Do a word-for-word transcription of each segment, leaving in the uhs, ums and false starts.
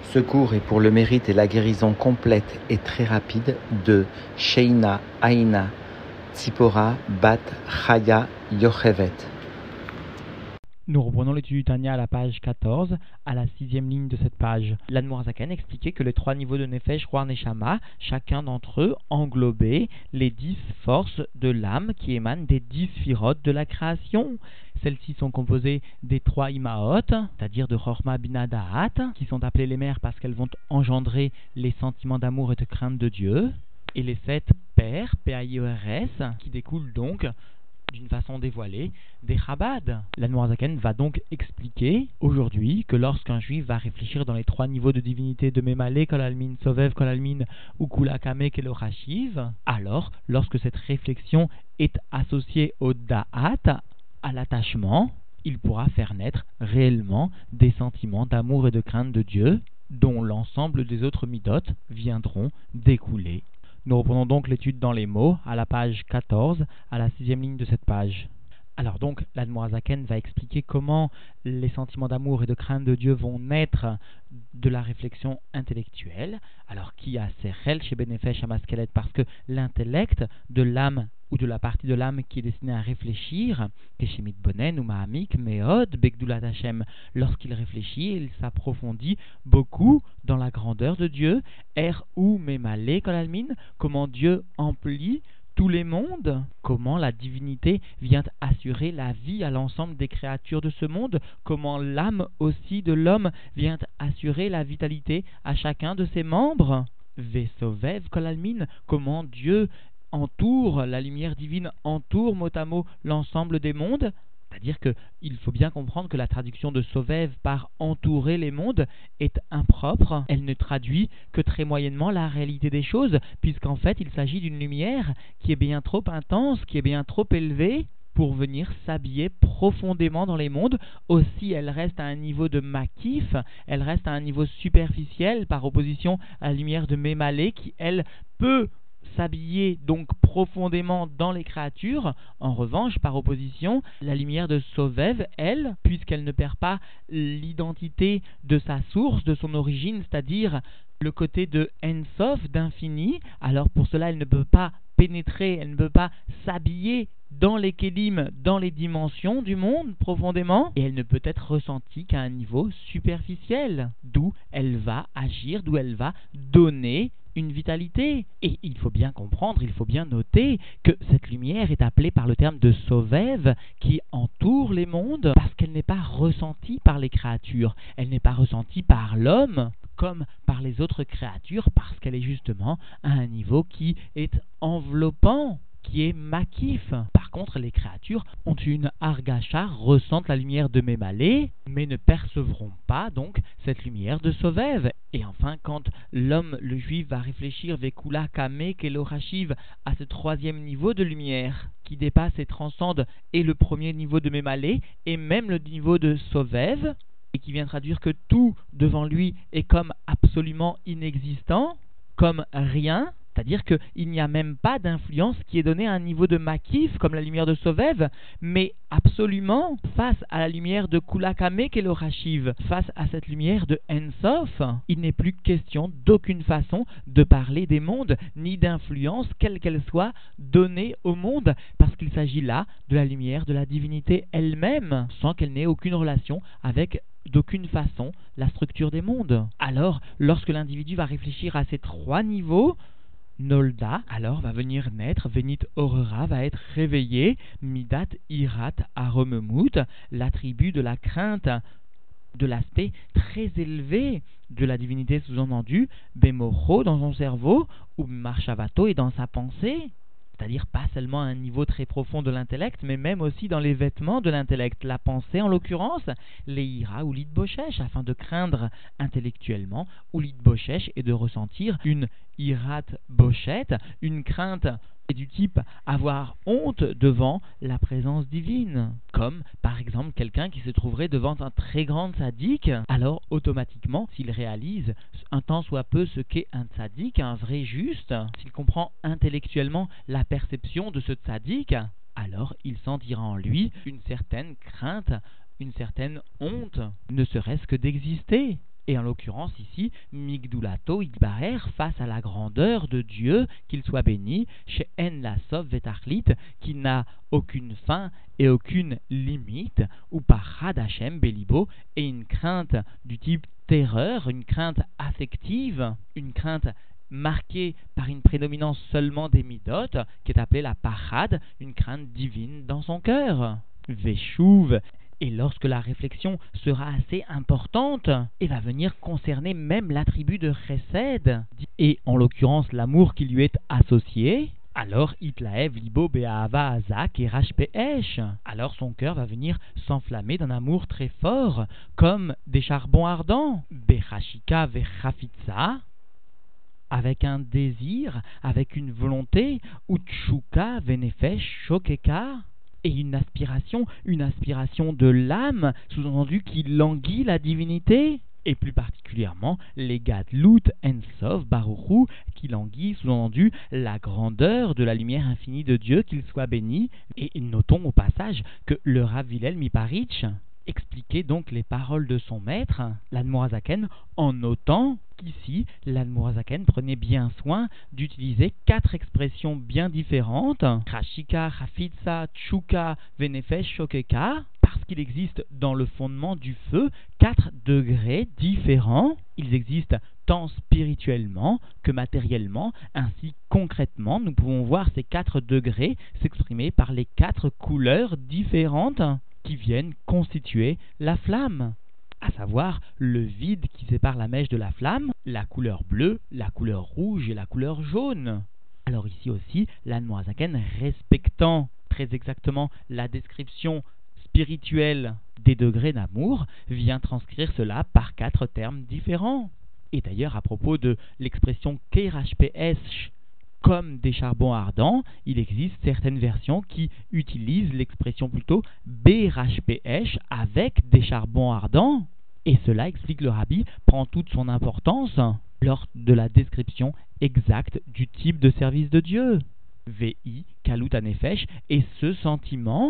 Ce cours est pour le mérite et la guérison complète et très rapide de Sheina Aina Tzipora Bat Chaya Yochevet. Nous reprenons l'étude du Tanya à la page quatorze, à la sixième ligne de cette page. L'Admoar Zaken expliquait que les trois niveaux de Nefesh, Roar, Neshama, chacun d'entre eux englobait les dix forces de l'âme qui émanent des dix sphirotes de la création. Celles-ci sont composées des trois Imaot, c'est-à-dire de Chorma, Bina, Da'at, qui sont appelées les mères parce qu'elles vont engendrer les sentiments d'amour et de crainte de Dieu, et les sept pères, P A I O R S, qui découlent donc d'une façon dévoilée des Chabad. L'Admoar Zaken va donc expliquer aujourd'hui que lorsqu'un juif va réfléchir dans les trois niveaux de divinité de Memale, Kol Almin, Sovev, Kol Almin ou Kula Kamek et le Rashiv, alors lorsque cette réflexion est associée au Da'at, à l'attachement, il pourra faire naître réellement des sentiments d'amour et de crainte de Dieu dont l'ensemble des autres midot viendront découler. Nous reprenons donc l'étude dans les mots, à la page quatorze, à la sixième ligne de cette page. Alors donc, l'Admoar Zaken va expliquer comment les sentiments d'amour et de crainte de Dieu vont naître de la réflexion intellectuelle. Alors, qui a Sechel chez Benefesh Amaskelet, parce que l'intellect de l'âme ou de la partie de l'âme qui est destinée à réfléchir, Keshemit Bonen ou Mahamik, Meod, Begdulat Hashem, lorsqu'il réfléchit, il s'approfondit beaucoup dans la grandeur de Dieu, Er ou Memale Kolalmin, comment Dieu emplit tous les mondes, comment la divinité vient assurer la vie à l'ensemble des créatures de ce monde, comment l'âme aussi de l'homme vient assurer la vitalité à chacun de ses membres. Vesovev Kolalmin, comment Dieu entoure, la lumière divine entoure mot à mot l'ensemble des mondes. C'est-à-dire qu'il faut bien comprendre que la traduction de Sovev par entourer les mondes est impropre. Elle ne traduit que très moyennement la réalité des choses, puisqu'en fait il s'agit d'une lumière qui est bien trop intense, qui est bien trop élevée pour venir s'habiller profondément dans les mondes. Aussi, elle reste à un niveau de Makif, elle reste à un niveau superficiel par opposition à la lumière de Memale qui, elle, peut s'habiller donc profondément dans les créatures. En revanche, par opposition, la lumière de Sovev, elle, puisqu'elle ne perd pas l'identité de sa source, de son origine, c'est-à-dire le côté de Ensof, d'infini, alors pour cela elle ne peut pas pénétrer, elle ne peut pas s'habiller dans les kélim, dans les dimensions du monde profondément, et elle ne peut être ressentie qu'à un niveau superficiel, d'où elle va agir, d'où elle va donner une vitalité. Et il faut bien comprendre, il faut bien noter que cette lumière est appelée par le terme de Sovev qui entoure les mondes parce qu'elle n'est pas ressentie par les créatures, elle n'est pas ressentie par l'homme comme par les autres créatures parce qu'elle est justement à un niveau qui est enveloppant, qui est makif. Par contre, les créatures ont une argacha, ressentent la lumière de Memale, mais ne percevront pas donc cette lumière de Sovev. Et enfin, quand l'homme, le juif, va réfléchir Vekula Kame Kelorashiv à ce troisième niveau de lumière qui dépasse et transcende et le premier niveau de Memale et même le niveau de Sovev, et qui vient traduire que tout devant lui est comme absolument inexistant, comme rien, c'est-à-dire qu'il n'y a même pas d'influence qui est donnée à un niveau de Makif, comme la lumière de Sovev, mais absolument, face à la lumière de Kulakame Kelorashiv, face à cette lumière de Ensof, il n'est plus question d'aucune façon de parler des mondes, ni d'influence, quelle qu'elle soit, donnée au monde, parce qu'il s'agit là de la lumière de la divinité elle-même, sans qu'elle n'ait aucune relation avec d'aucune façon la structure des mondes. Alors, lorsque l'individu va réfléchir à ces trois niveaux, Nolda, alors va venir naître, Venit Aurora va être réveillé, Midat Irat Aromemut, l'attribut de la crainte, de l'aspect très élevé de la divinité sous-entendue, Bemoro dans son cerveau, ou Marshavato et dans sa pensée. C'est-à-dire pas seulement à un niveau très profond de l'intellect, mais même aussi dans les vêtements de l'intellect, la pensée en l'occurrence, les ira ou l'idboshesh, afin de craindre intellectuellement, ou l'idboshesh et de ressentir une irat bochette, une crainte et du type avoir honte devant la présence divine, comme par exemple quelqu'un qui se trouverait devant un très grand tzaddik, alors automatiquement s'il réalise un tant soit peu ce qu'est un tzaddik, un vrai juste, s'il comprend intellectuellement la perception de ce tzaddik, alors il sentira en lui une certaine crainte, une certaine honte, ne serait-ce que d'exister. Et en l'occurrence ici, Migdulato Idbarer, face à la grandeur de Dieu, qu'il soit béni, chez En la Sov Vetachlit, qui n'a aucune fin et aucune limite, ou par Had Hashem Belibo, et une crainte du type terreur, une crainte affective, une crainte marquée par une prédominance seulement des midot, qui est appelée la Pachad, une crainte divine dans son cœur. Veshuv. Et lorsque la réflexion sera assez importante, et va venir concerner même l'attribut de Chesed, et en l'occurrence l'amour qui lui est associé, alors Itlaev Libo Be'ahava Azak et Rashpeesh. Alors son cœur va venir s'enflammer d'un amour très fort, comme des charbons ardents. Bechashika Vechafitza, avec un désir, avec une volonté, Utshuka Venefesh Shokeka, et une aspiration, une aspiration de l'âme, sous-entendu qui languit la divinité, et plus particulièrement les Gadlut Ensov Baruchu, qui languit, sous-entendu, la grandeur de la lumière infinie de Dieu, qu'il soit béni. Et notons au passage que le Rav Hillel Miparich expliquait donc les paroles de son maître, l'Admorazaken, en notant qu'ici, l'Admorazaken prenait bien soin d'utiliser quatre expressions bien différentes, Rashika, Rafitza, Tchuka, Venefesh, Shokeka, parce qu'il existe dans le fondement du feu quatre degrés différents. Ils existent tant spirituellement que matériellement, ainsi concrètement, nous pouvons voir ces quatre degrés s'exprimer par les quatre couleurs différentes qui viennent constituer la flamme, à savoir le vide qui sépare la mèche de la flamme, la couleur bleue, la couleur rouge et la couleur jaune. Alors ici aussi, l'Admorazaken, respectant très exactement la description spirituelle des degrés d'amour, vient transcrire cela par quatre termes différents. Et d'ailleurs, à propos de l'expression Kerashpeesh, comme des charbons ardents, il existe certaines versions qui utilisent l'expression plutôt Berashpeesh avec des charbons ardents. Et cela, explique le Rabbi, prend toute son importance lors de la description exacte du type de service de Dieu. Vi, Kalut Anefesh, et ce sentiment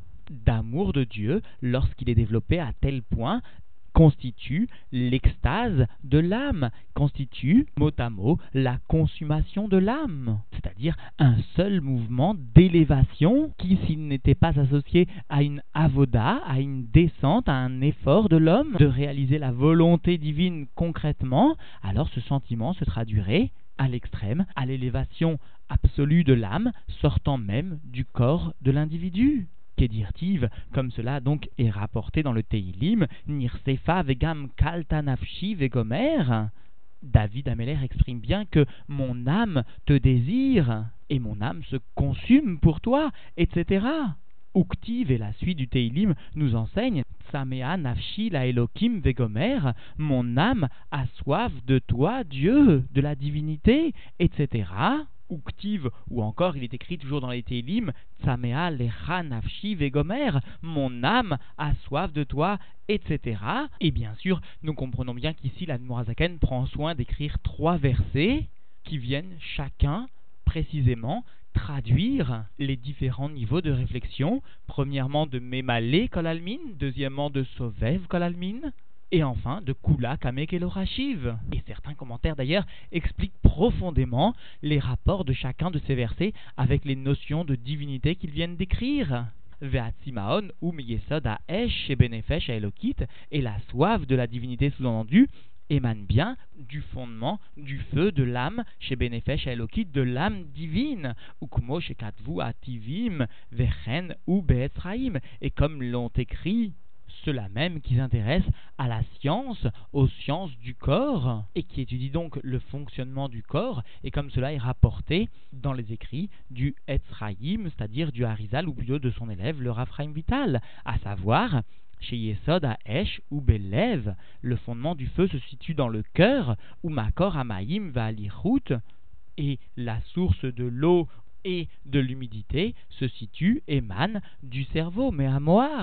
d'amour de Dieu, lorsqu'il est développé à tel point, constitue l'extase de l'âme, constitue mot à mot la consommation de l'âme, c'est-à-dire un seul mouvement d'élévation qui, s'il n'était pas associé à une avoda, à une descente, à un effort de l'homme de réaliser la volonté divine concrètement, alors ce sentiment se traduirait à l'extrême, à l'élévation absolue de l'âme, sortant même du corps de l'individu. Kedirtiv, comme cela donc est rapporté dans le Teilim, Nirsefa vegam kalta nafshi vegomer. David Ameller exprime bien que mon âme te désire et mon âme se consume pour toi, et cetera. Uktiv et la suite du Teilim nous enseigne Samea nafshi la Elokim vegomer, mon âme a soif de toi, Dieu, de la divinité, et cetera. Uktiv, ou encore il est écrit toujours dans les Teilim, Tsamea lecha nafshi vegomer, mon âme a soif de toi, et cetera. Et bien sûr, nous comprenons bien qu'ici l'Admorazaken prend soin d'écrire trois versets qui viennent chacun précisément traduire les différents niveaux de réflexion, premièrement de Memale Kolalmin, deuxièmement de Sovev Kolalmin, et enfin de Kula Kamek Elorashiv. Et certains commentaires d'ailleurs expliquent profondément les rapports de chacun de ces versets avec les notions de divinité qu'ils viennent d'écrire. Ve'atzimaon ou Miyesod Ha'esh et Benefesh Elokit, et la soif de la divinité sous-entendue émane bien du fondement du feu de l'âme chez Benefesh Elokit, de l'âme divine, Ukmo chez Katvu Ativim Vechen ou Be'etzraim, et comme l'ont écrit ceux-là même qui s'intéressent à la science, aux sciences du corps, et qui étudient donc le fonctionnement du corps, et comme cela est rapporté dans les écrits du Etzraïm, c'est-à-dire du Harizal, ou plutôt de son élève, le Rav Chaim Vital, à savoir, chez Yesod Ha'esh ou Belev, le fondement du feu se situe dans le cœur, ou Makor Hamaim Va'alichut, et la source de l'eau et de l'humidité se situe, émane du cerveau, mais à Moar.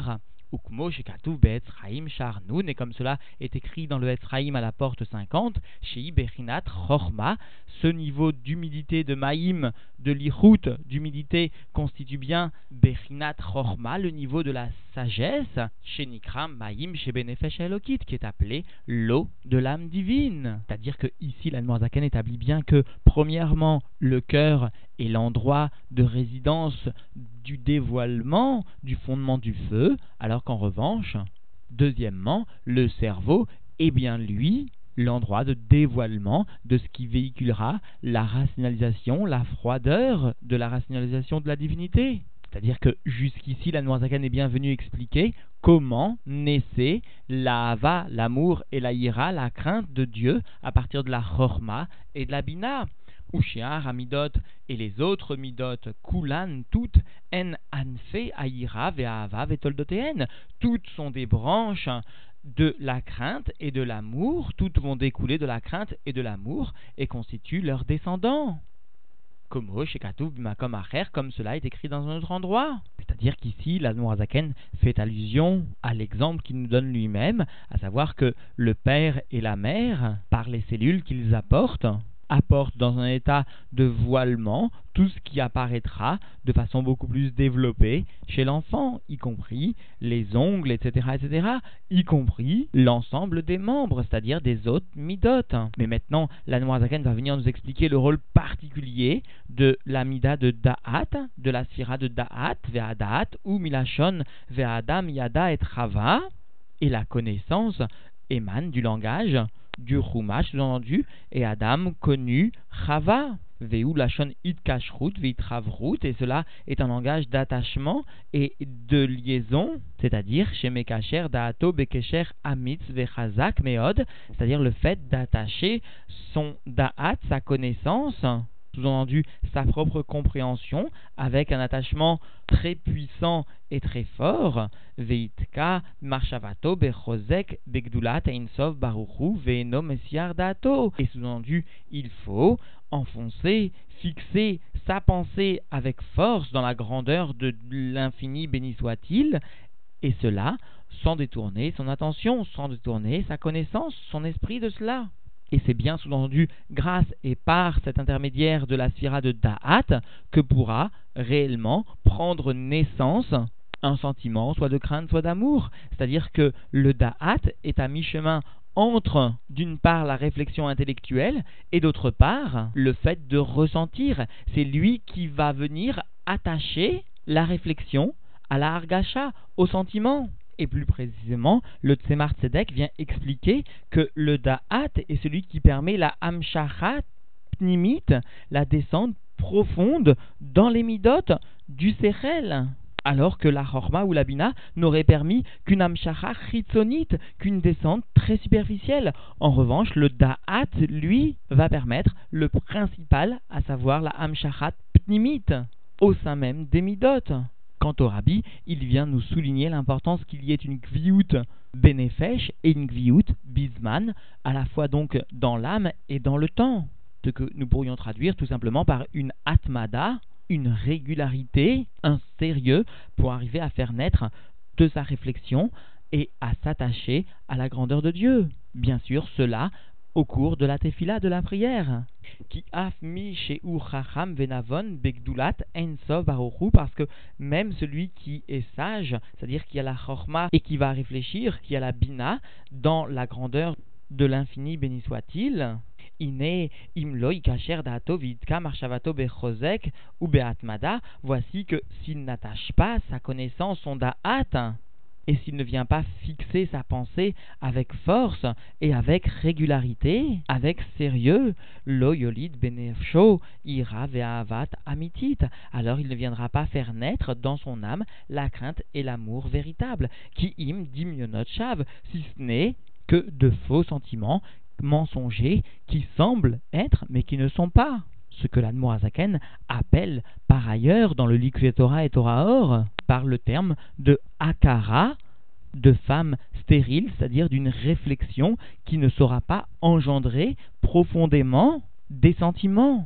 Ukmo shekatuv be'etzraim sharnun, et comme cela est écrit dans le Etzraim à la porte cinquante, shei bechinat chorma, ce niveau d'humidité de maïm, de l'ichout, d'humidité constitue bien bechinat chorma, le niveau de la sagesse, shenikram maïm shebenefesh elokit, qui est appelé l'eau de l'âme divine. C'est-à-dire que ici l'Admor Zaken établit bien que premièrement le cœur est l'endroit de résidence du dévoilement du fondement du feu, alors qu'en revanche, deuxièmement, le cerveau est bien lui l'endroit de dévoilement de ce qui véhiculera la rationalisation, la froideur de la rationalisation de la divinité. C'est-à-dire que jusqu'ici, l'Admor Zaken est bien venu expliquer comment naissait la hava, l'amour et la ira, la crainte de Dieu, à partir de la chorma et de la bina. Ushéar, Amidot et les autres midot, Kulan, toutes, En Anfe, Aïra, Ve'ahava, Vetoldotéen, toutes sont des branches de la crainte et de l'amour, toutes vont découler de la crainte et de l'amour et constituent leurs descendants. Comme comme cela est écrit dans un autre endroit. C'est-à-dire qu'ici, l'Admor Zaken fait allusion à l'exemple qu'il nous donne lui-même, à savoir que le père et la mère, par les cellules qu'ils apportent, apportent dans un état de voilement tout ce qui apparaîtra de façon beaucoup plus développée chez l'enfant, y compris les ongles, et cetera, et cetera, y compris l'ensemble des membres, c'est-à-dire des autres midot. Mais maintenant, l'Admor Zaken va venir nous expliquer le rôle particulier de la mida de Da'at, de la sphira de Da'at, Ve'adat, ou Milachon, Ve'adam, Yada et Chava, et la connaissance émane du langage du Chumash, sous-entendu, et Adam connu Chava. Veu lachon itkashrut veitravrout, et cela est un langage d'attachement et de liaison, c'est-à-dire chez Mekacher da'ato bekesher amitz vechazak meod, c'est-à-dire le fait d'attacher son da'at, sa connaissance, sous-entendu sa propre compréhension, avec un attachement très puissant et très fort, veitka marshavato bechozek begdulat einsov baruchu veeno mesiar dato, et sous-entendu il faut enfoncer, fixer sa pensée avec force dans la grandeur de l'infini béni soit-il, et cela sans détourner son attention, sans détourner sa connaissance, son esprit de cela. Et c'est bien sous-entendu grâce et par cet intermédiaire de la sphira de Da'at que pourra réellement prendre naissance un sentiment, soit de crainte, soit d'amour. C'est-à-dire que le Da'at est à mi-chemin entre, d'une part, la réflexion intellectuelle et d'autre part, le fait de ressentir. C'est lui qui va venir attacher la réflexion à la Hargasha, au sentiment. Et plus précisément, le Tzemar Tzedek vient expliquer que le Da'at est celui qui permet la Hamshachat Pnimit, la descente profonde dans les midot du Sechel, alors que la Chorma ou la Bina n'aurait permis qu'une Hamshacha Chitzonit, qu'une descente très superficielle. En revanche, le Da'at, lui, va permettre le principal, à savoir la Hamshachat Pnimit, au sein même des midot. Quant au Rabbi, il vient nous souligner l'importance qu'il y ait une Gviout Benefesh et une Gviout Bisman, à la fois donc dans l'âme et dans le temps. Ce que nous pourrions traduire tout simplement par une Atmada, une régularité, un sérieux pour arriver à faire naître de sa réflexion et à s'attacher à la grandeur de Dieu. Bien sûr, cela au cours de la tefila, de la prière. Ki afmi sheu chacham venavon begdulat ensov baruchu, parce que même celui qui est sage, c'est-à-dire qui a la chorma et qui va réfléchir, qui a la bina dans la grandeur de l'infini, béni soit-il, Ine imlo ikacher dato vidka marshavato bechozek ou beatmada, voici que s'il n'attache pas sa connaissance, son da'at, et s'il ne vient pas fixer sa pensée avec force et avec régularité, avec sérieux, lo yolid benefsho ira ve'avat amitit, alors il ne viendra pas faire naître dans son âme la crainte et l'amour véritable, qui im dimyonot shav, si ce n'est que de faux sentiments mensongers qui semblent être mais qui ne sont pas. Ce que l'Admor Zaken appelle par ailleurs dans le Likutei Torah et Torah Or par le terme de akara, de femme stérile, c'est-à-dire d'une réflexion qui ne saura pas engendrer profondément des sentiments.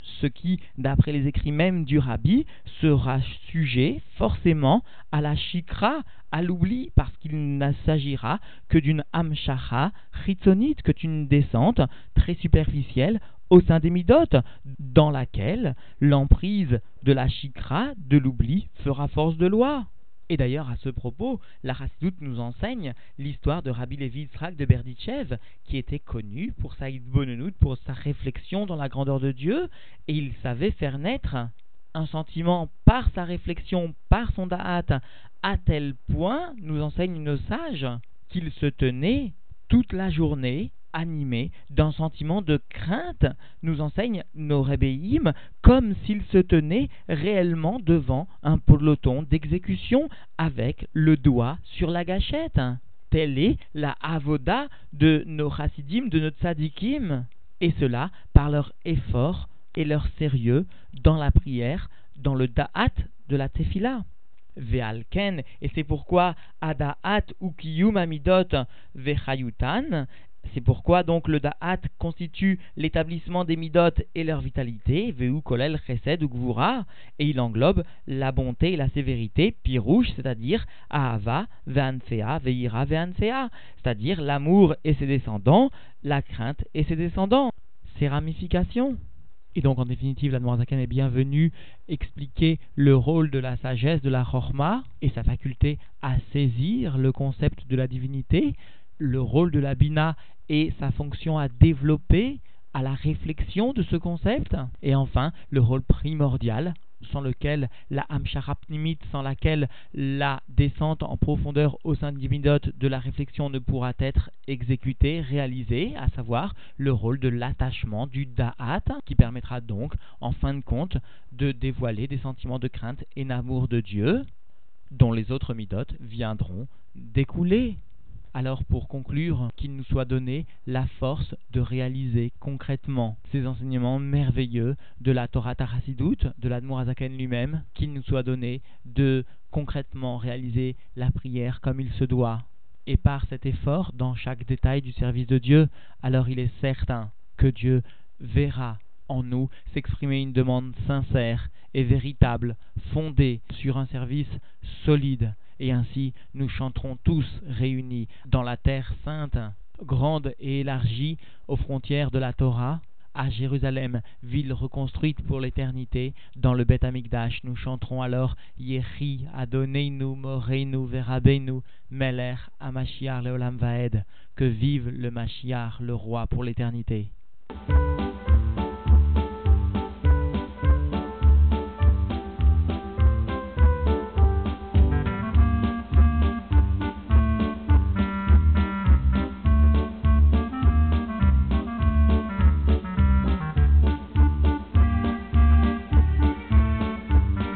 ce qui, d'après les écrits même du Rabbi, sera sujet forcément à la shikra, à l'oubli, parce qu'il ne s'agira que d'une hamshacha chitzonite, que d'une descente très superficielle au sein des midotes, dans laquelle l'emprise de la shikra, de l'oubli, fera force de loi. Et d'ailleurs, à ce propos, la Chassidoute nous enseigne l'histoire de Rabbi Levi Yitzhak de Berditchev, qui était connu pour sa hitbonenout, pour sa réflexion dans la grandeur de Dieu, et il savait faire naître un sentiment par sa réflexion, par son da'at, à tel point, nous enseigne nos sages, qu'il se tenait toute la journée animé d'un sentiment de crainte, nous enseignent nos rébéim, comme s'il se tenait réellement devant un peloton d'exécution avec le doigt sur la gâchette. Telle est la avoda de nos chassidim, de nos tzadikim, et cela par leur effort et leur sérieux dans la prière, dans le da'at de la tefila. Ve'alken, et c'est pourquoi ada'at ou kiyum amidot vechayutan, c'est pourquoi donc le da'at constitue l'établissement des midot et leur vitalité, ve'u kolel chesed ou gvura, et il englobe la bonté et la sévérité, pirouche, c'est-à-dire ahava ve'anfea ve'ira ve'anfea, c'est-à-dire l'amour et ses descendants, la crainte et ses descendants, ses ramifications. Et donc en définitive, la Noirzakan est bienvenue expliquer le rôle de la sagesse, de la chorma, et sa faculté à saisir le concept de la divinité, le rôle de la bina et sa fonction à développer à la réflexion de ce concept, et enfin le rôle primordial sans lequel la hamshara pnimit, sans laquelle la descente en profondeur au sein du midot de la réflexion ne pourra être exécutée, réalisée, à savoir le rôle de l'attachement du da'at, qui permettra donc en fin de compte de dévoiler des sentiments de crainte et d'amour de Dieu dont les autres midot viendront découler. Alors pour conclure, qu'il nous soit donné la force de réaliser concrètement ces enseignements merveilleux de la Torah Chassidoute, de l'Admour HaZaken lui-même, qu'il nous soit donné de concrètement réaliser la prière comme il se doit. Et par cet effort, dans chaque détail du service de Dieu, alors il est certain que Dieu verra en nous s'exprimer une demande sincère et véritable, fondée sur un service solide. Et ainsi, nous chanterons tous réunis dans la terre sainte, grande et élargie aux frontières de la Torah, à Jérusalem, ville reconstruite pour l'éternité, dans le Beth Amikdash. Nous chanterons alors Yechi Adoneinu Moreinu Verabeinu Meler Hamashiach Leolam Vaed, que vive le Mashiach, le roi pour l'éternité.